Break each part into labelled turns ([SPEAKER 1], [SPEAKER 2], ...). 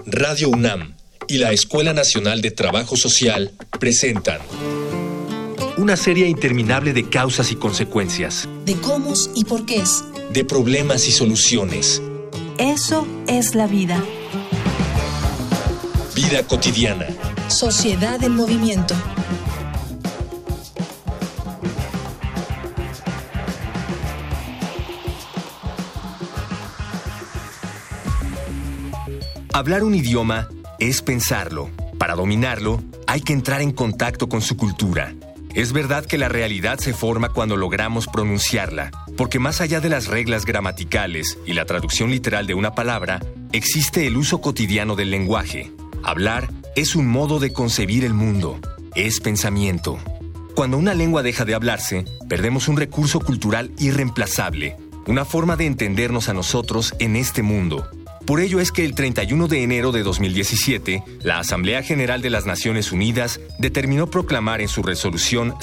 [SPEAKER 1] Radio UNAM y la Escuela Nacional de Trabajo Social presentan una serie interminable de causas y consecuencias,
[SPEAKER 2] de cómo y por qué es,
[SPEAKER 1] de problemas y soluciones.
[SPEAKER 2] Eso es la vida.
[SPEAKER 1] Vida cotidiana.
[SPEAKER 2] Sociedad en movimiento.
[SPEAKER 1] Hablar un idioma es pensarlo. Para dominarlo, hay que entrar en contacto con su cultura. Es verdad que la realidad se forma cuando logramos pronunciarla, porque más allá de las reglas gramaticales y la traducción literal de una palabra, existe el uso cotidiano del lenguaje. Hablar es un modo de concebir el mundo. Es pensamiento. Cuando una lengua deja de hablarse, perdemos un recurso cultural irreemplazable, una forma de entendernos a nosotros en este mundo. Por ello es que el 31 de enero de 2017, la Asamblea General de las Naciones Unidas determinó proclamar en su resolución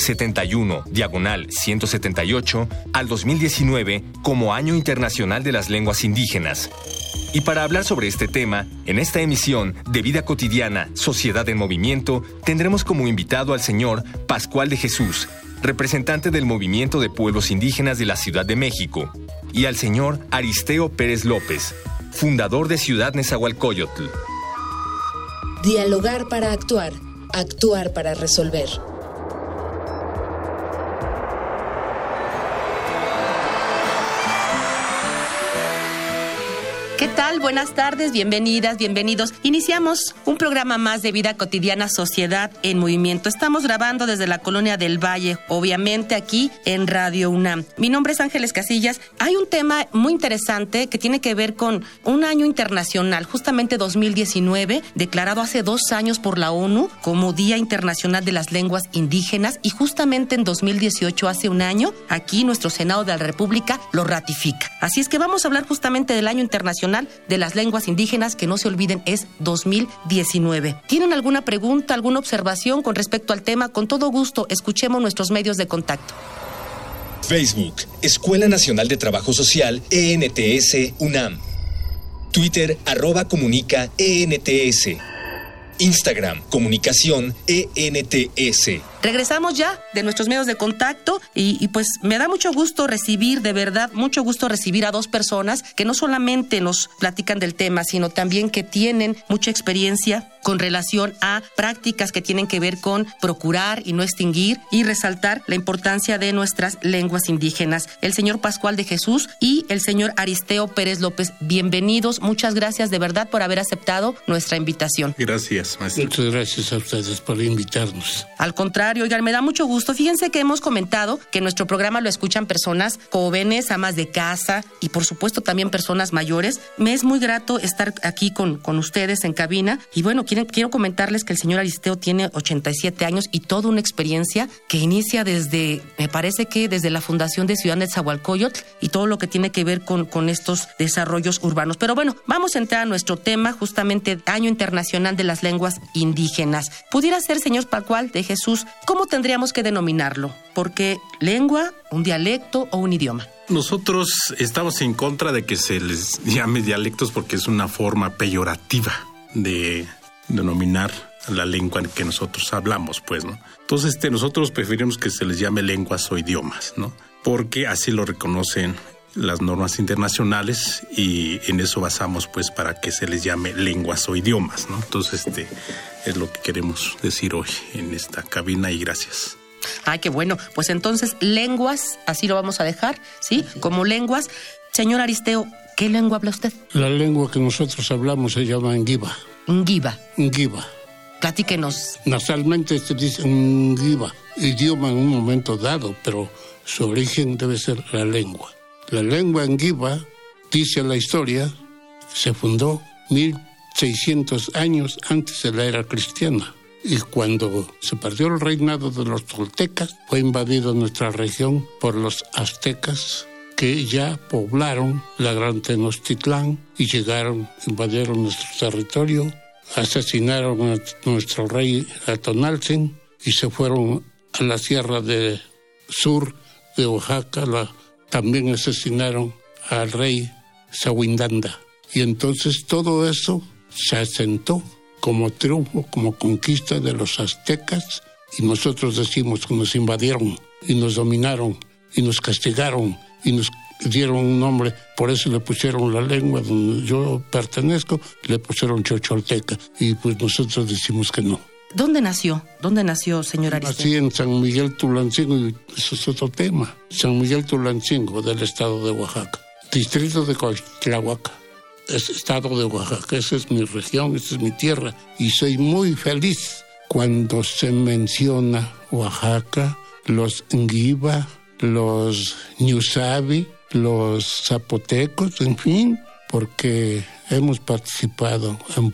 [SPEAKER 1] 71/178 al 2019 como Año Internacional de las Lenguas Indígenas. Y para hablar sobre este tema, en esta emisión de Vida Cotidiana, Sociedad en Movimiento, tendremos como invitado al señor Pascual de Jesús, representante del Movimiento de Pueblos Indígenas de la Ciudad de México, y al señor Aristeo Pérez López, fundador de Ciudad Nezahualcóyotl.
[SPEAKER 2] Dialogar para actuar, actuar para resolver.
[SPEAKER 3] ¿Qué tal? Buenas tardes, bienvenidas, bienvenidos. Iniciamos un programa más de Vida Cotidiana, Sociedad en Movimiento. Estamos grabando desde la Colonia del Valle, obviamente aquí en Radio UNAM. Mi nombre es Ángeles Casillas. Hay un tema muy interesante que tiene que ver con un año internacional, justamente 2019, declarado hace 2 años por la ONU como Día Internacional de las Lenguas Indígenas, y justamente en 2018, hace un año, aquí nuestro Senado de la República lo ratifica. Así es que vamos a hablar justamente del Año Internacional de las Lenguas Indígenas, que no se olviden, es 2019. ¿Tienen alguna pregunta, alguna observación con respecto al tema? Con todo gusto, escuchemos nuestros medios de contacto.
[SPEAKER 1] Facebook, Escuela Nacional de Trabajo Social, ENTS, UNAM. Twitter, @comunica, ENTS. Instagram, Comunicación, ENTS.
[SPEAKER 3] Regresamos ya de nuestros medios de contacto y pues me da mucho gusto recibir, de verdad, mucho gusto recibir a 2 personas que no solamente nos platican del tema, sino también que tienen mucha experiencia con relación a prácticas que tienen que ver con procurar y no extinguir y resaltar la importancia de nuestras lenguas indígenas. El señor Pascual de Jesús y el señor Aristeo Pérez López, bienvenidos. Muchas gracias de verdad por haber aceptado nuestra invitación.
[SPEAKER 4] Gracias, maestro.
[SPEAKER 5] Muchas gracias a ustedes por invitarnos.
[SPEAKER 3] Al contrario, oigan, me da mucho gusto. Fíjense que hemos comentado que nuestro programa lo escuchan personas jóvenes, amas de casa y por supuesto también personas mayores. Me es muy grato estar aquí con ustedes en cabina y bueno, quiero comentarles que el señor Aristeo tiene 87 años y toda una experiencia que inicia desde, me parece que desde la fundación de Ciudad Nezahualcóyotl y todo lo que tiene que ver con estos desarrollos urbanos. Pero bueno, vamos a entrar a nuestro tema, justamente Año Internacional de las Lenguas Indígenas. Pudiera ser, señor Pascual de Jesús, ¿cómo tendríamos que denominarlo? Porque lengua, un dialecto o un idioma.
[SPEAKER 4] Nosotros estamos en contra de que se les llame dialectos porque es una forma peyorativa de denominar la lengua que nosotros hablamos, pues, ¿no? Entonces, nosotros preferimos que se les llame lenguas o idiomas, ¿no? Porque así lo reconocen las normas internacionales y en eso basamos, pues, para que se les llame lenguas o idiomas, ¿no? Entonces, es lo que queremos decir hoy en esta cabina y gracias.
[SPEAKER 3] Ay, qué bueno. Pues entonces, lenguas, así lo vamos a dejar, ¿sí? Como lenguas. Señor Aristeo, ¿qué lengua habla usted?
[SPEAKER 5] La lengua que nosotros hablamos se llama Ngiva.
[SPEAKER 3] Ngiva.
[SPEAKER 5] Ngiva.
[SPEAKER 3] Platíquenos.
[SPEAKER 5] Nasalmente se dice Ngiva, idioma en un momento dado, pero su origen debe ser la lengua. La lengua Ngiva, dice la historia, se fundó 1600 años antes de la era cristiana. Y cuando se perdió el reinado de los toltecas, fue invadido nuestra región por los aztecas, que ya poblaron la Gran Tenochtitlán y invadieron nuestro territorio, asesinaron a nuestro rey Atonaltzin y se fueron a la sierra del sur de Oaxaca. También asesinaron al rey Sawindanda. Y entonces todo eso se asentó como triunfo, como conquista de los aztecas, y nosotros decimos que nos invadieron y nos dominaron y nos castigaron y nos dieron un nombre, por eso le pusieron la lengua donde yo pertenezco, le pusieron chocholteca, y pues nosotros decimos que no.
[SPEAKER 3] ¿Dónde nació? ¿Dónde nació, señor Aristeo?
[SPEAKER 5] Nací en San Miguel Tulancingo, y eso es otro tema. San Miguel Tulancingo, del estado de Oaxaca, distrito de Coahuila, es estado de Oaxaca. Esa es mi región, esa es mi tierra, y soy muy feliz cuando se menciona Oaxaca, los Ngiva, los Ñusabi, los zapotecos, en fin, porque hemos participado en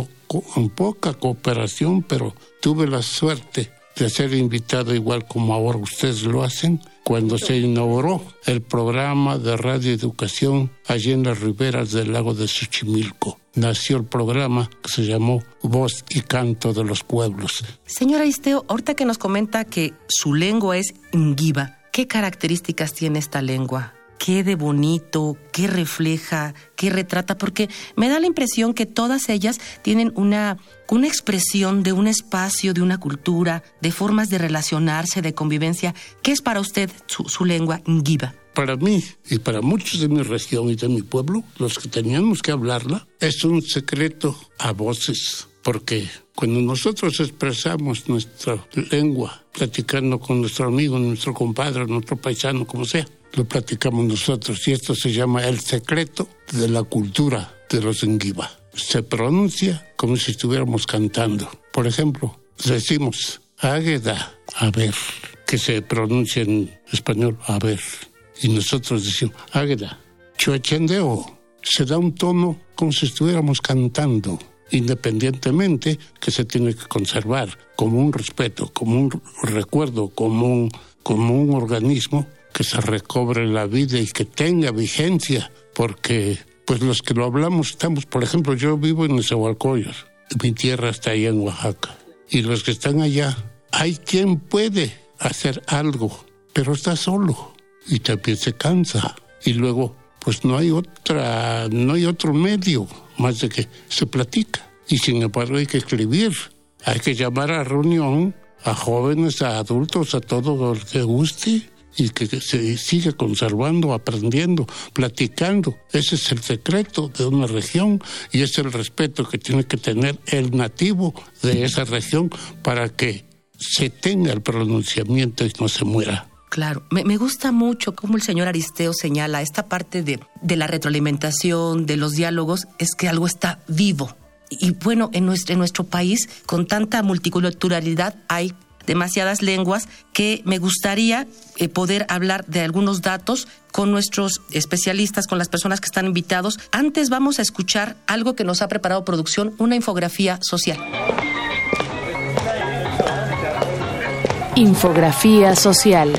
[SPEAKER 5] poca cooperación, pero tuve la suerte de ser invitado, igual como ahora ustedes lo hacen, cuando se inauguró el programa de radioeducación allí en las riberas del lago de Xochimilco. Nació el programa que se llamó Voz y Canto de los Pueblos.
[SPEAKER 3] Señor Aristeo, ahorita que nos comenta que su lengua es Ngiva, ¿qué características tiene esta lengua? ¿Qué de bonito, qué refleja, qué retrata? Porque me da la impresión que todas ellas tienen una expresión de un espacio, de una cultura, de formas de relacionarse, de convivencia. ¿Qué es para usted su lengua Ngiva?
[SPEAKER 5] Para mí y para muchos de mi región y de mi pueblo, los que teníamos que hablarla, es un secreto a voces, porque cuando nosotros expresamos nuestra lengua, platicando con nuestro amigo, nuestro compadre, nuestro paisano, como sea, lo platicamos nosotros, y esto se llama el secreto de la cultura de los Ngiva. Se pronuncia como si estuviéramos cantando. Por ejemplo, decimos águeda, a ver, que se pronuncia en español, a ver, y nosotros decimos águeda. Chuechendeo, se da un tono como si estuviéramos cantando, independientemente que se tiene que conservar como un respeto, como un recuerdo, como un organismo que se recobre la vida y que tenga vigencia, porque pues los que lo hablamos estamos, por ejemplo, yo vivo en Nezahualcóyotl, mi tierra está allá en Oaxaca, y los que están allá, hay quien puede hacer algo, pero está solo y también se cansa, y luego pues no hay otro medio más de que se platica, y sin embargo hay que escribir, hay que llamar a reunión a jóvenes, a adultos, a todo el que guste, y que se siga conservando, aprendiendo, platicando. Ese es el secreto de una región, y es el respeto que tiene que tener el nativo de esa región para que se tenga el pronunciamiento y no se muera.
[SPEAKER 3] Claro, me gusta mucho cómo el señor Aristeo señala esta parte de la retroalimentación, de los diálogos, es que algo está vivo. Y bueno, en nuestro país, con tanta multiculturalidad, hay demasiadas lenguas que me gustaría poder hablar de algunos datos con nuestros especialistas, con las personas que están invitados. Antes vamos a escuchar algo que nos ha preparado producción, una infografía social.
[SPEAKER 2] Infografía social.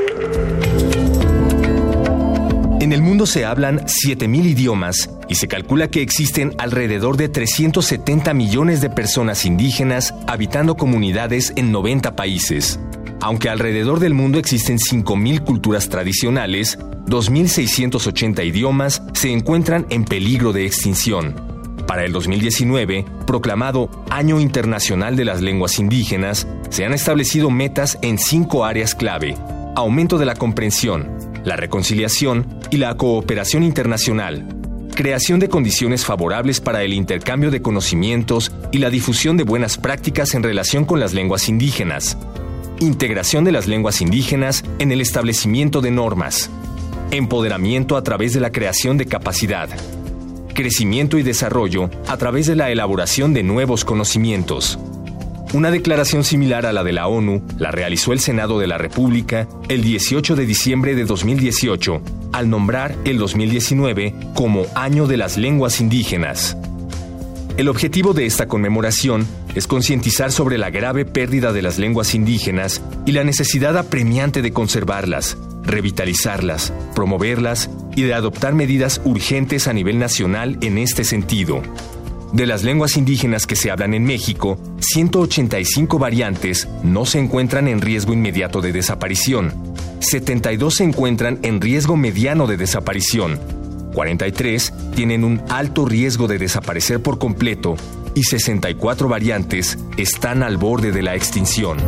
[SPEAKER 1] En el mundo se hablan 7,000 idiomas y se calcula que existen alrededor de 370 millones de personas indígenas habitando comunidades en 90 países. Aunque alrededor del mundo existen 5,000 culturas tradicionales, 2,680 idiomas se encuentran en peligro de extinción. Para el 2019, proclamado Año Internacional de las Lenguas Indígenas, se han establecido metas en 5 áreas clave: aumento de la comprensión, la reconciliación y la cooperación internacional, creación de condiciones favorables para el intercambio de conocimientos y la difusión de buenas prácticas en relación con las lenguas indígenas, integración de las lenguas indígenas en el establecimiento de normas, empoderamiento a través de la creación de capacidad, crecimiento y desarrollo a través de la elaboración de nuevos conocimientos. Una declaración similar a la de la ONU la realizó el Senado de la República el 18 de diciembre de 2018, al nombrar el 2019 como Año de las Lenguas Indígenas. El objetivo de esta conmemoración es concientizar sobre la grave pérdida de las lenguas indígenas y la necesidad apremiante de conservarlas, revitalizarlas, promoverlas y de adoptar medidas urgentes a nivel nacional en este sentido. De las lenguas indígenas que se hablan en México, 185 variantes no se encuentran en riesgo inmediato de desaparición, 72 se encuentran en riesgo mediano de desaparición, 43 tienen un alto riesgo de desaparecer por completo y 64 variantes están al borde de la extinción.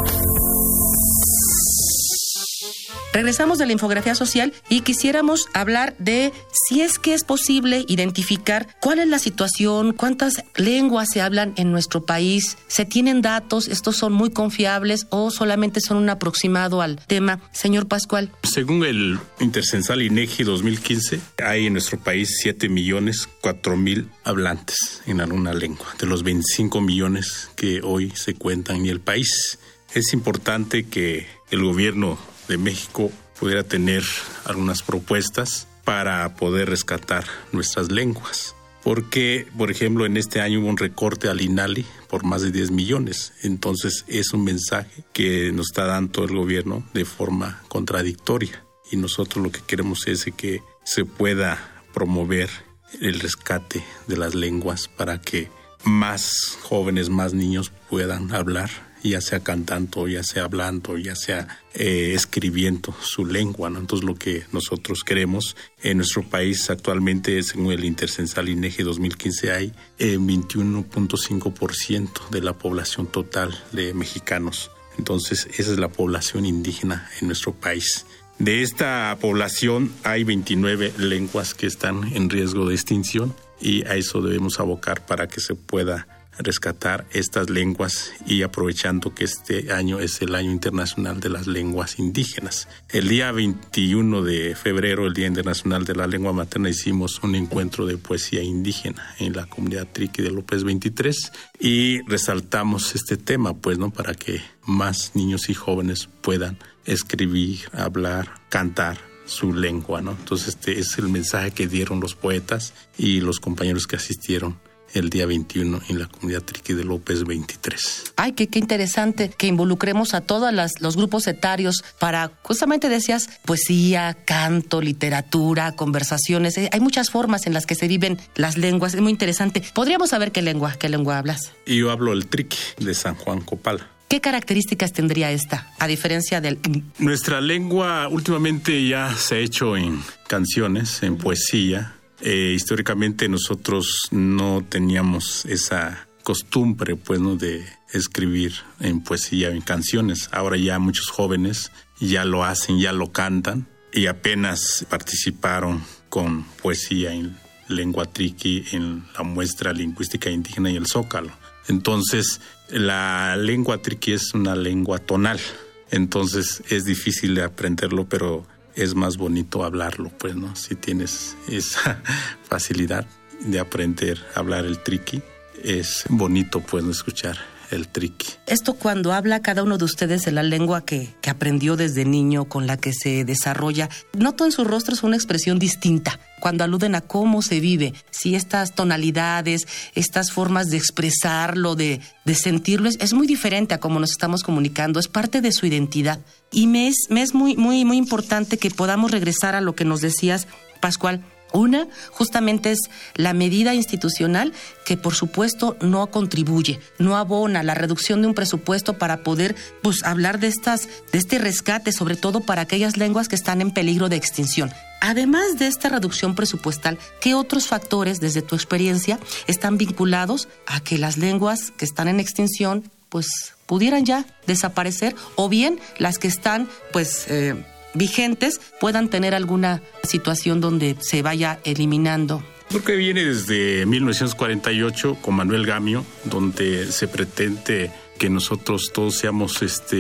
[SPEAKER 3] Regresamos de la infografía social y quisiéramos hablar de si es que es posible identificar cuál es la situación, cuántas lenguas se hablan en nuestro país, se tienen datos, estos son muy confiables o solamente son un aproximado al tema. Señor Pascual.
[SPEAKER 4] Según el Intercensal INEGI 2015, hay en nuestro país 7.004.000 hablantes en alguna lengua, de los 25 millones que hoy se cuentan en el país. Es importante que el gobierno de México pudiera tener algunas propuestas para poder rescatar nuestras lenguas. Porque, por ejemplo, en este año hubo un recorte al INALI por más de 10 millones. Entonces, es un mensaje que nos está dando el gobierno de forma contradictoria. Y nosotros lo que queremos es que se pueda promover el rescate de las lenguas para que más jóvenes, más niños puedan hablar, ya sea cantando, ya sea hablando, ya sea escribiendo su lengua, ¿no? Entonces, lo que nosotros queremos en nuestro país actualmente, según el Intercensal INEGI 2015, hay 21.5% de la población total de mexicanos. Entonces, esa es la población indígena en nuestro país. De esta población hay 29 lenguas que están en riesgo de extinción y a eso debemos abocar para que se pueda rescatar estas lenguas, y aprovechando que este año es el Año Internacional de las Lenguas Indígenas. El día 21 de febrero, el Día Internacional de la Lengua Materna, hicimos un encuentro de poesía indígena en la comunidad Triqui de López 23 y resaltamos este tema, pues, ¿no? Para que más niños y jóvenes puedan escribir, hablar, cantar su lengua, ¿no? Entonces, este es el mensaje que dieron los poetas y los compañeros que asistieron el día 21 en la comunidad Triqui de López 23.
[SPEAKER 3] Ay, qué interesante que involucremos a todos los grupos etarios para, justamente decías, poesía, canto, literatura, conversaciones. Hay muchas formas en las que se viven las lenguas, es muy interesante. ¿Podríamos saber qué lengua hablas?
[SPEAKER 4] Yo hablo el Triqui de San Juan Copala.
[SPEAKER 3] ¿Qué características tendría esta, a diferencia del...?
[SPEAKER 4] Nuestra lengua últimamente ya se ha hecho en canciones, en poesía. Históricamente nosotros no teníamos esa costumbre, pues, ¿no?, de escribir en poesía o en canciones. Ahora ya muchos jóvenes ya lo hacen, ya lo cantan, y apenas participaron con poesía en lengua triqui en la muestra lingüística indígena y el Zócalo. Entonces, la lengua triqui es una lengua tonal, entonces es difícil de aprenderlo, pero es más bonito hablarlo, pues, ¿no? Si tienes esa facilidad de aprender a hablar el triqui, es bonito, pues, ¿no?, escuchar el triqui.
[SPEAKER 3] Esto cuando habla cada uno de ustedes de la lengua que aprendió desde niño, con la que se desarrolla, noto en sus rostros una expresión distinta cuando aluden a cómo se vive, si estas tonalidades, estas formas de expresarlo, de sentirlo, es muy diferente a cómo nos estamos comunicando, es parte de su identidad. Y me es muy, muy, muy importante que podamos regresar a lo que nos decías, Pascual. Una, justamente, es la medida institucional que, por supuesto, no contribuye, no abona la reducción de un presupuesto para poder, pues, hablar de este rescate, sobre todo para aquellas lenguas que están en peligro de extinción. Además de esta reducción presupuestal, ¿qué otros factores, desde tu experiencia, están vinculados a que las lenguas que están en extinción, pues, pudieran ya desaparecer, o bien las que están, pues, vigentes puedan tener alguna situación donde se vaya eliminando?
[SPEAKER 4] Creo que viene desde 1948 con Manuel Gamio, donde se pretende que nosotros todos seamos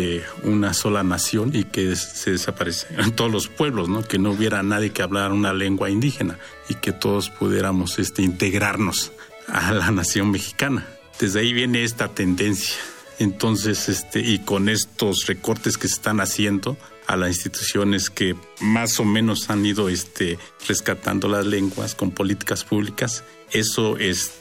[SPEAKER 4] una sola nación y que se desaparecen todos los pueblos, ¿no? Que no hubiera nadie que hablara una lengua indígena y que todos pudiéramos integrarnos a la nación mexicana. Desde ahí viene esta tendencia. Entonces, y con estos recortes que se están haciendo a las instituciones que más o menos han ido rescatando las lenguas con políticas públicas, eso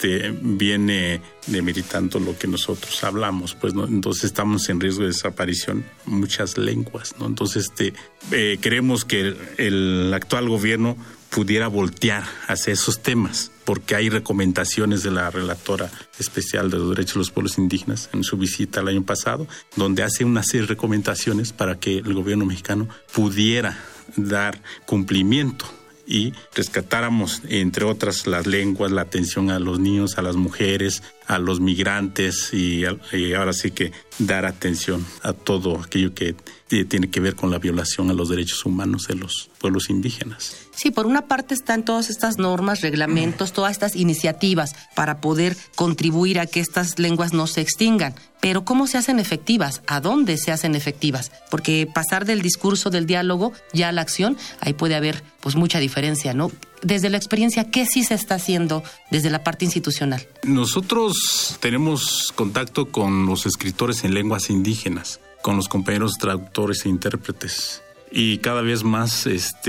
[SPEAKER 4] viene demeritando lo que nosotros hablamos, pues, ¿no? Entonces estamos en riesgo de desaparición muchas lenguas, ¿no? Entonces queremos que el actual gobierno pudiera voltear hacia esos temas, porque hay recomendaciones de la relatora especial de los derechos de los pueblos indígenas en su visita el año pasado, donde hace una serie de recomendaciones para que el gobierno mexicano pudiera dar cumplimiento y rescatáramos, entre otras, las lenguas, la atención a los niños, a las mujeres, a los migrantes y ahora sí que dar atención a todo aquello que tiene que ver con la violación a los derechos humanos de los pueblos indígenas.
[SPEAKER 3] Sí, por una parte están todas estas normas, reglamentos, todas estas iniciativas para poder contribuir a que estas lenguas no se extingan. Pero ¿cómo se hacen efectivas? ¿A dónde se hacen efectivas? Porque pasar del discurso, del diálogo, ya a la acción, ahí puede haber pues mucha diferencia, ¿no? Desde la experiencia, ¿qué sí se está haciendo desde la parte institucional?
[SPEAKER 4] Nosotros tenemos contacto con los escritores en lenguas indígenas, con los compañeros traductores e intérpretes. Y cada vez más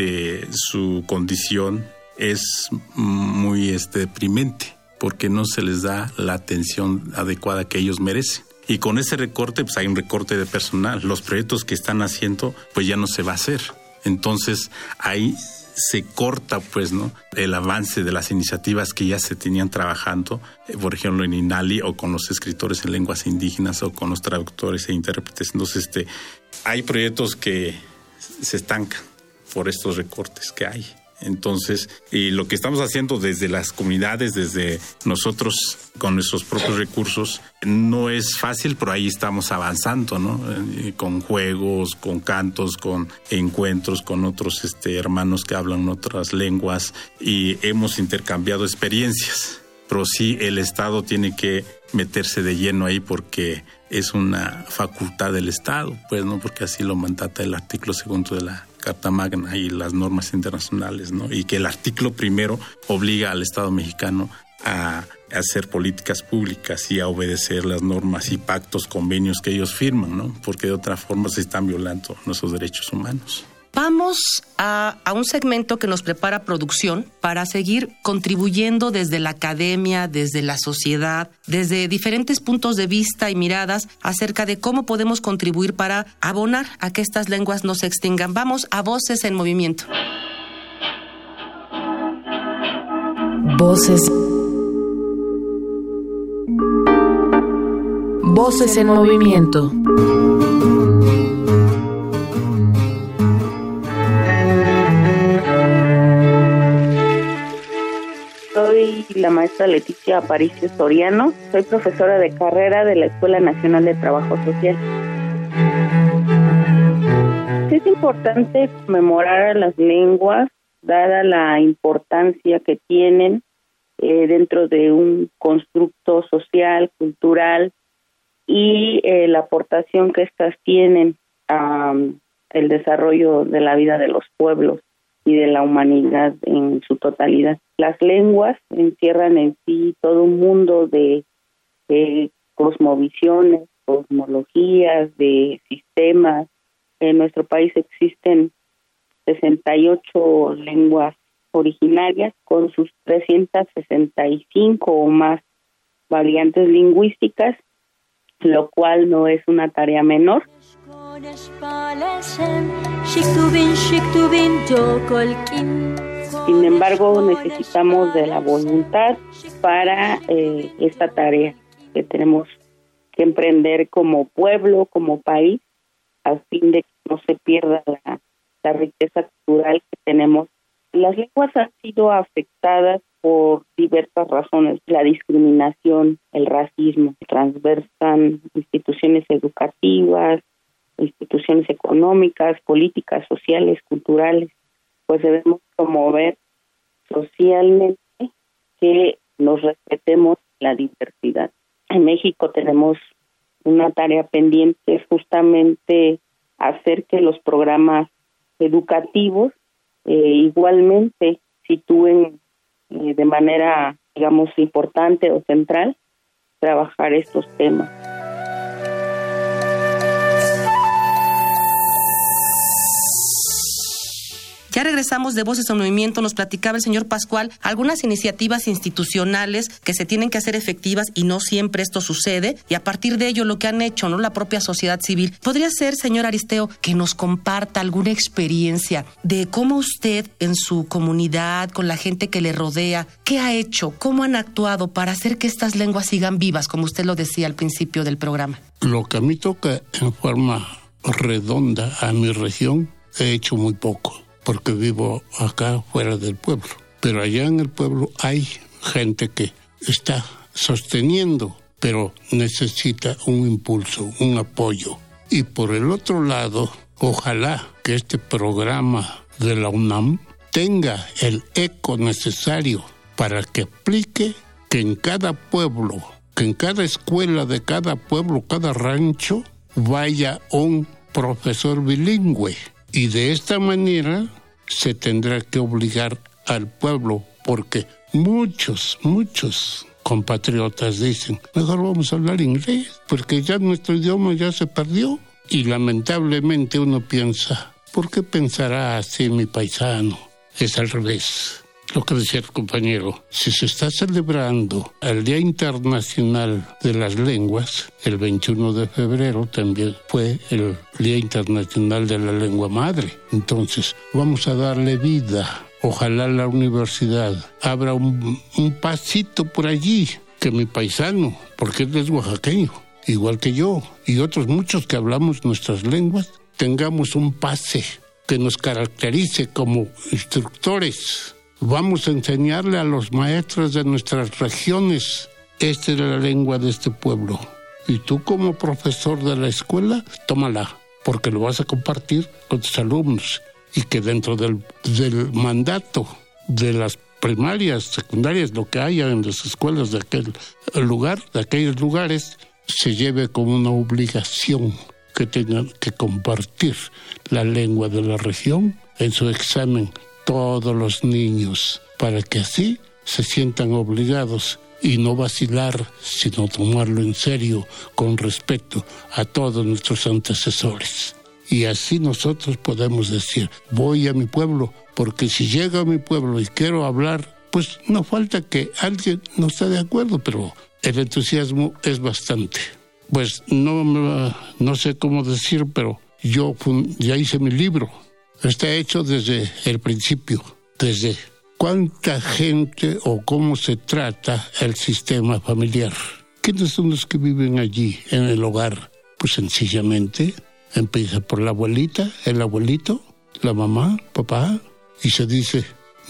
[SPEAKER 4] su condición es muy deprimente, porque no se les da la atención adecuada que ellos merecen. Y con ese recorte, pues hay un recorte de personal. Los proyectos que están haciendo, pues ya no se va a hacer. Entonces, ahí se corta, pues, ¿no?, el avance de las iniciativas que ya se tenían trabajando, por ejemplo, en INALI, o con los escritores en lenguas indígenas, o con los traductores e intérpretes. Entonces, hay proyectos que se estancan por estos recortes que hay. Entonces, y lo que estamos haciendo desde las comunidades, desde nosotros con nuestros propios recursos, no es fácil, pero ahí estamos avanzando, ¿no? Con juegos, con cantos, con encuentros con otros hermanos que hablan otras lenguas, y hemos intercambiado experiencias. Pero sí, el Estado tiene que meterse de lleno ahí, porque es una facultad del Estado, pues, ¿no? Porque así lo mandata el artículo 2 de la Carta Magna y las normas internacionales, ¿no? Y que el artículo 1 obliga al Estado mexicano a hacer políticas públicas y a obedecer las normas y pactos, convenios que ellos firman, ¿no? Porque de otra forma se están violando nuestros derechos humanos.
[SPEAKER 3] Vamos a un segmento que nos prepara producción para seguir contribuyendo desde la academia, desde la sociedad, desde diferentes puntos de vista y miradas acerca de cómo podemos contribuir para abonar a que estas lenguas no se extingan. Vamos a Voces en Movimiento.
[SPEAKER 2] Voces en movimiento.
[SPEAKER 6] Soy la maestra Leticia Aparicio Soriano, soy profesora de carrera de la Escuela Nacional de Trabajo Social. Es importante conmemorar a las lenguas, dada la importancia que tienen dentro de un constructo social, cultural, y la aportación que éstas tienen al desarrollo de la vida de los pueblos y de la humanidad en su totalidad. Las lenguas encierran en sí todo un mundo de cosmovisiones, cosmologías, de sistemas. En nuestro país existen 68 lenguas originarias con sus 365 o más variantes lingüísticas, lo cual no es una tarea menor. Sin embargo, necesitamos de la voluntad para esta tarea que tenemos que emprender como pueblo, como país, a fin de que no se pierda la riqueza cultural que tenemos. Las lenguas han sido afectadas por diversas razones: la discriminación, el racismo, transversan instituciones educativas, instituciones económicas, políticas, sociales, culturales. Pues debemos promover socialmente que nos respetemos la diversidad. En México tenemos una tarea pendiente, es justamente hacer que los programas educativos igualmente sitúen de manera, digamos, importante o central trabajar estos temas.
[SPEAKER 3] Ya regresamos de Voces en Movimiento. Nos platicaba el señor Pascual algunas iniciativas institucionales que se tienen que hacer efectivas y no siempre esto sucede, y a partir de ello lo que han hecho, ¿no?, la propia sociedad civil. ¿Podría ser, señor Aristeo, que nos comparta alguna experiencia de cómo usted en su comunidad, con la gente que le rodea, qué ha hecho, cómo han actuado para hacer que estas lenguas sigan vivas, como usted lo decía al principio del programa?
[SPEAKER 5] Lo que a mí toca en forma redonda a mi región, he hecho muy poco. porque vivo acá fuera del pueblo. Pero allá en el pueblo hay gente que está sosteniendo, pero necesita un impulso, un apoyo. Y por el otro lado, ojalá que este programa de la UNAM tenga el eco necesario para que aplique que en cada pueblo, que en cada escuela de cada pueblo, cada rancho, vaya un profesor bilingüe. Y de esta manera se tendrá que obligar al pueblo, porque muchos compatriotas dicen, mejor vamos a hablar inglés, porque ya nuestro idioma ya se perdió. Y lamentablemente uno piensa, ¿por qué pensará así mi paisano? Es al revés. Lo que decía el compañero, si se está celebrando el Día Internacional de las Lenguas, el 21 de febrero también fue el Día Internacional de la Lengua Madre. Entonces, vamos a darle vida. Ojalá la universidad abra un pasito por allí, que mi paisano, porque él es oaxaqueño, igual que yo, y otros muchos que hablamos nuestras lenguas, tengamos un pase que nos caracterice como instructores. Vamos a enseñarle a los maestros de nuestras regiones, esta es la lengua de este pueblo. Y tú como profesor de la escuela, tómala, porque lo vas a compartir con tus alumnos. Y que dentro del mandato de las primarias, secundarias, lo que haya en las escuelas de aquel lugar, de aquellos lugares, se lleve como una obligación que tengan que compartir la lengua de la región en su examen todos los niños, para que así se sientan obligados y no vacilar, sino tomarlo en serio con respeto a todos nuestros antecesores. Y así nosotros podemos decir, voy a mi pueblo, porque si llego a mi pueblo y quiero hablar, pues no falta que alguien no esté de acuerdo, pero el entusiasmo es bastante. Pues no sé cómo decir, pero yo ya hice mi libro. Está hecho desde el principio, desde cuánta gente o cómo se trata el sistema familiar. ¿Quiénes son los que viven allí en el hogar? Pues sencillamente empieza por la abuelita, el abuelito, la mamá, papá, y se dice,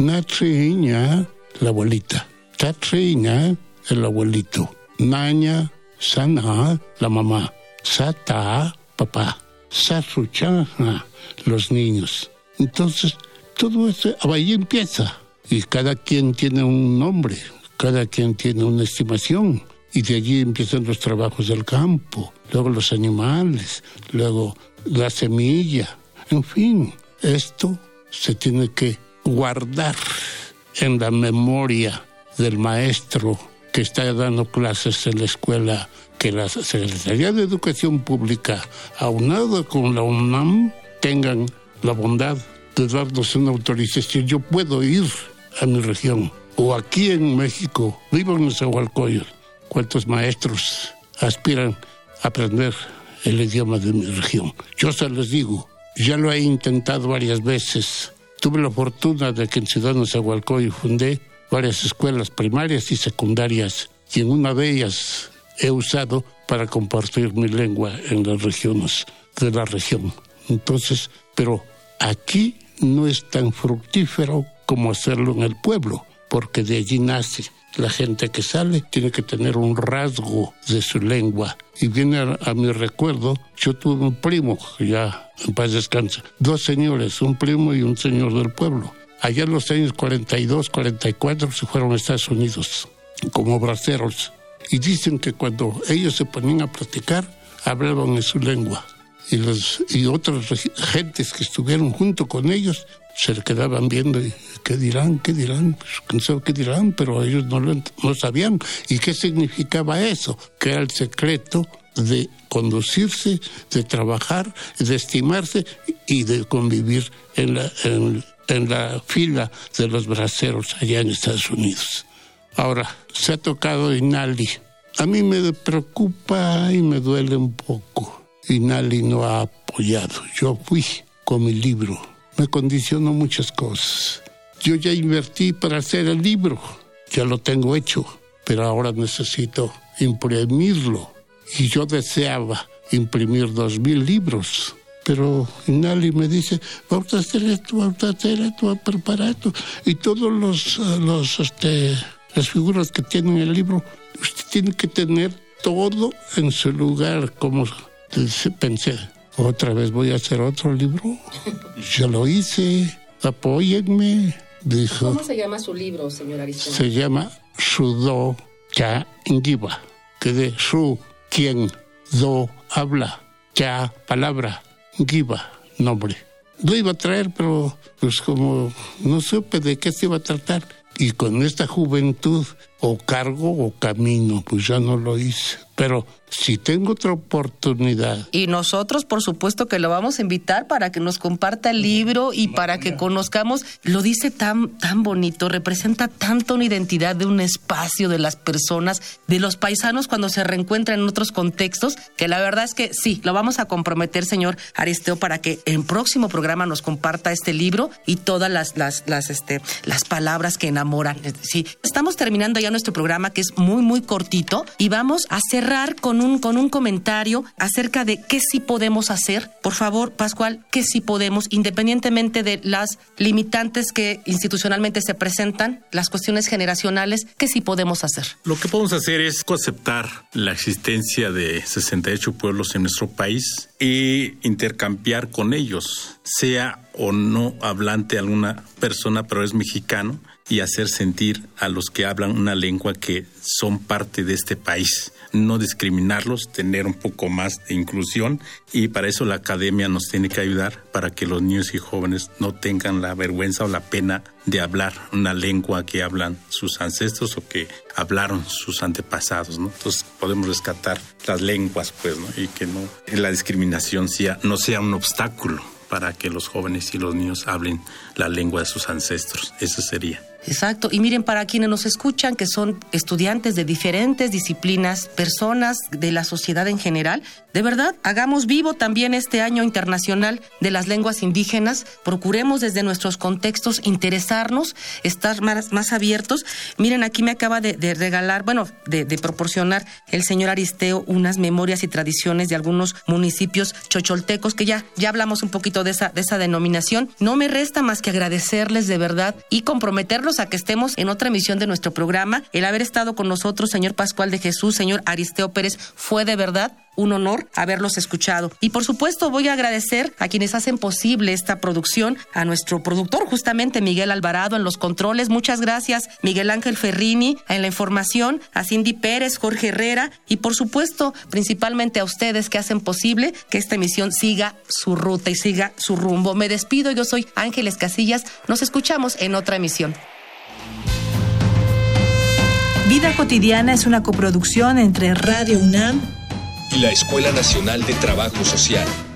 [SPEAKER 5] Natriña, la abuelita, Tatriña, el abuelito, Naña, Sana, la mamá, Sata, papá, Sarruchana, los niños. Entonces, todo eso ahí empieza. Y cada quien tiene un nombre, cada quien tiene una estimación. Y de allí empiezan los trabajos del campo, luego los animales, luego la semilla. En fin, esto se tiene que guardar en la memoria del maestro que está dando clases en la escuela, que la Secretaría de Educación Pública, aunado con la UNAM, tengan la bondad de darnos una autorización. Yo puedo ir a mi región, o aquí en México, vivo en Nezahualcóyotl. ¿Cuántos maestros aspiran a aprender el idioma de mi región? Yo se les digo, ya lo he intentado varias veces. Tuve la fortuna de que en Ciudad Nezahualcóyotl fundé varias escuelas primarias y secundarias, y en una de ellas he usado para compartir mi lengua en las regiones de la región. Entonces, pero aquí no es tan fructífero como hacerlo en el pueblo, porque de allí nace. La gente que sale tiene que tener un rasgo de su lengua. Y viene a mi recuerdo, yo tuve un primo, ya en paz descansa, 2 señores, un primo y un señor del pueblo. Allá en los años 42, 44 se fueron a Estados Unidos como braceros. Y dicen que cuando ellos se ponían a platicar, hablaban en su lengua. Y otras gentes que estuvieron junto con ellos se le quedaban viendo y ¿qué dirán? Pues, quién sabe qué dirán, pero ellos no sabían. ¿Y qué significaba eso? Que era el secreto de conducirse, de trabajar, de estimarse y de convivir en la fila de los braceros allá en Estados Unidos. Ahora, se ha tocado Inali. A mí me preocupa y me duele un poco. Inali no ha apoyado. Yo fui con mi libro. Me condicionó muchas cosas. Yo ya invertí para hacer el libro. Ya lo tengo hecho. Pero ahora necesito imprimirlo. Y yo deseaba imprimir 2,000 libros. Pero Inali me dice, vamos a hacer esto, vamos a preparar esto. Y todos las figuras que tienen el libro, usted tiene que tener todo en su lugar, como pensé. Otra vez voy a hacer otro libro. Ya lo hice, apóyenme, dijo.
[SPEAKER 3] ¿Cómo se llama su libro, señor Aristeo?
[SPEAKER 5] Se llama Shudo Cha Ngiba, que de Shu, quien, Do, habla, Cha, palabra, Ngiba, nombre. Lo iba a traer, pero pues como no supe de qué se iba a tratar. Y con esta juventud, o cargo o camino, pues ya no lo hice. Pero si tengo otra oportunidad.
[SPEAKER 3] Y nosotros, por supuesto, que lo vamos a invitar para que nos comparta el libro y para que conozcamos. Lo dice tan bonito, representa tanto una identidad de un espacio, de las personas, de los paisanos cuando se reencuentran en otros contextos, que la verdad es que sí, lo vamos a comprometer, señor Aristeo, para que en próximo programa nos comparta este libro y todas las palabras que enamoran. Sí, estamos terminando ya nuestro programa, que es muy, muy cortito, y vamos a cerrar con un comentario acerca de qué sí podemos hacer. Por favor, Pascual, qué sí podemos, independientemente de las limitantes que institucionalmente se presentan, las cuestiones generacionales, qué sí podemos hacer.
[SPEAKER 4] Lo que podemos hacer es aceptar la existencia de 68 pueblos en nuestro país e intercambiar con ellos, sea o no hablante alguna persona, pero es mexicano, y hacer sentir a los que hablan una lengua que son parte de este país. No discriminarlos, tener un poco más de inclusión, y para eso la academia nos tiene que ayudar para que los niños y jóvenes no tengan la vergüenza o la pena de hablar una lengua que hablan sus ancestros o que hablaron sus antepasados, ¿no? Entonces podemos rescatar las lenguas, pues, ¿no? Y que no la discriminación no sea un obstáculo para que los jóvenes y los niños hablen la lengua de sus ancestros. Eso sería.
[SPEAKER 3] Exacto. Y miren, para quienes nos escuchan, que son estudiantes de diferentes disciplinas, personas de la sociedad en general, de verdad, hagamos vivo también este Año Internacional de las Lenguas Indígenas. Procuremos desde nuestros contextos interesarnos, estar más abiertos. Miren, aquí me acaba de regalar, de proporcionar el señor Aristeo unas memorias y tradiciones de algunos municipios chocholtecos, que ya hablamos un poquito de esa denominación. No me resta más que agradecerles de verdad y comprometerlos a que estemos en otra emisión de nuestro programa. El haber estado con nosotros, señor Pascual de Jesús, señor Aristeo Pérez, fue de verdad un honor haberlos escuchado. Y por supuesto voy a agradecer a quienes hacen posible esta producción, a nuestro productor, justamente Miguel Alvarado en los controles. Muchas gracias, Miguel Ángel Ferrini en la información, a Cindy Pérez, Jorge Herrera, y por supuesto principalmente a ustedes que hacen posible que esta emisión siga su ruta y siga su rumbo. Me despido, yo soy Ángeles Casillas, nos escuchamos en otra emisión.
[SPEAKER 7] Vida Cotidiana es una coproducción entre Radio UNAM
[SPEAKER 1] y la Escuela Nacional de Trabajo Social.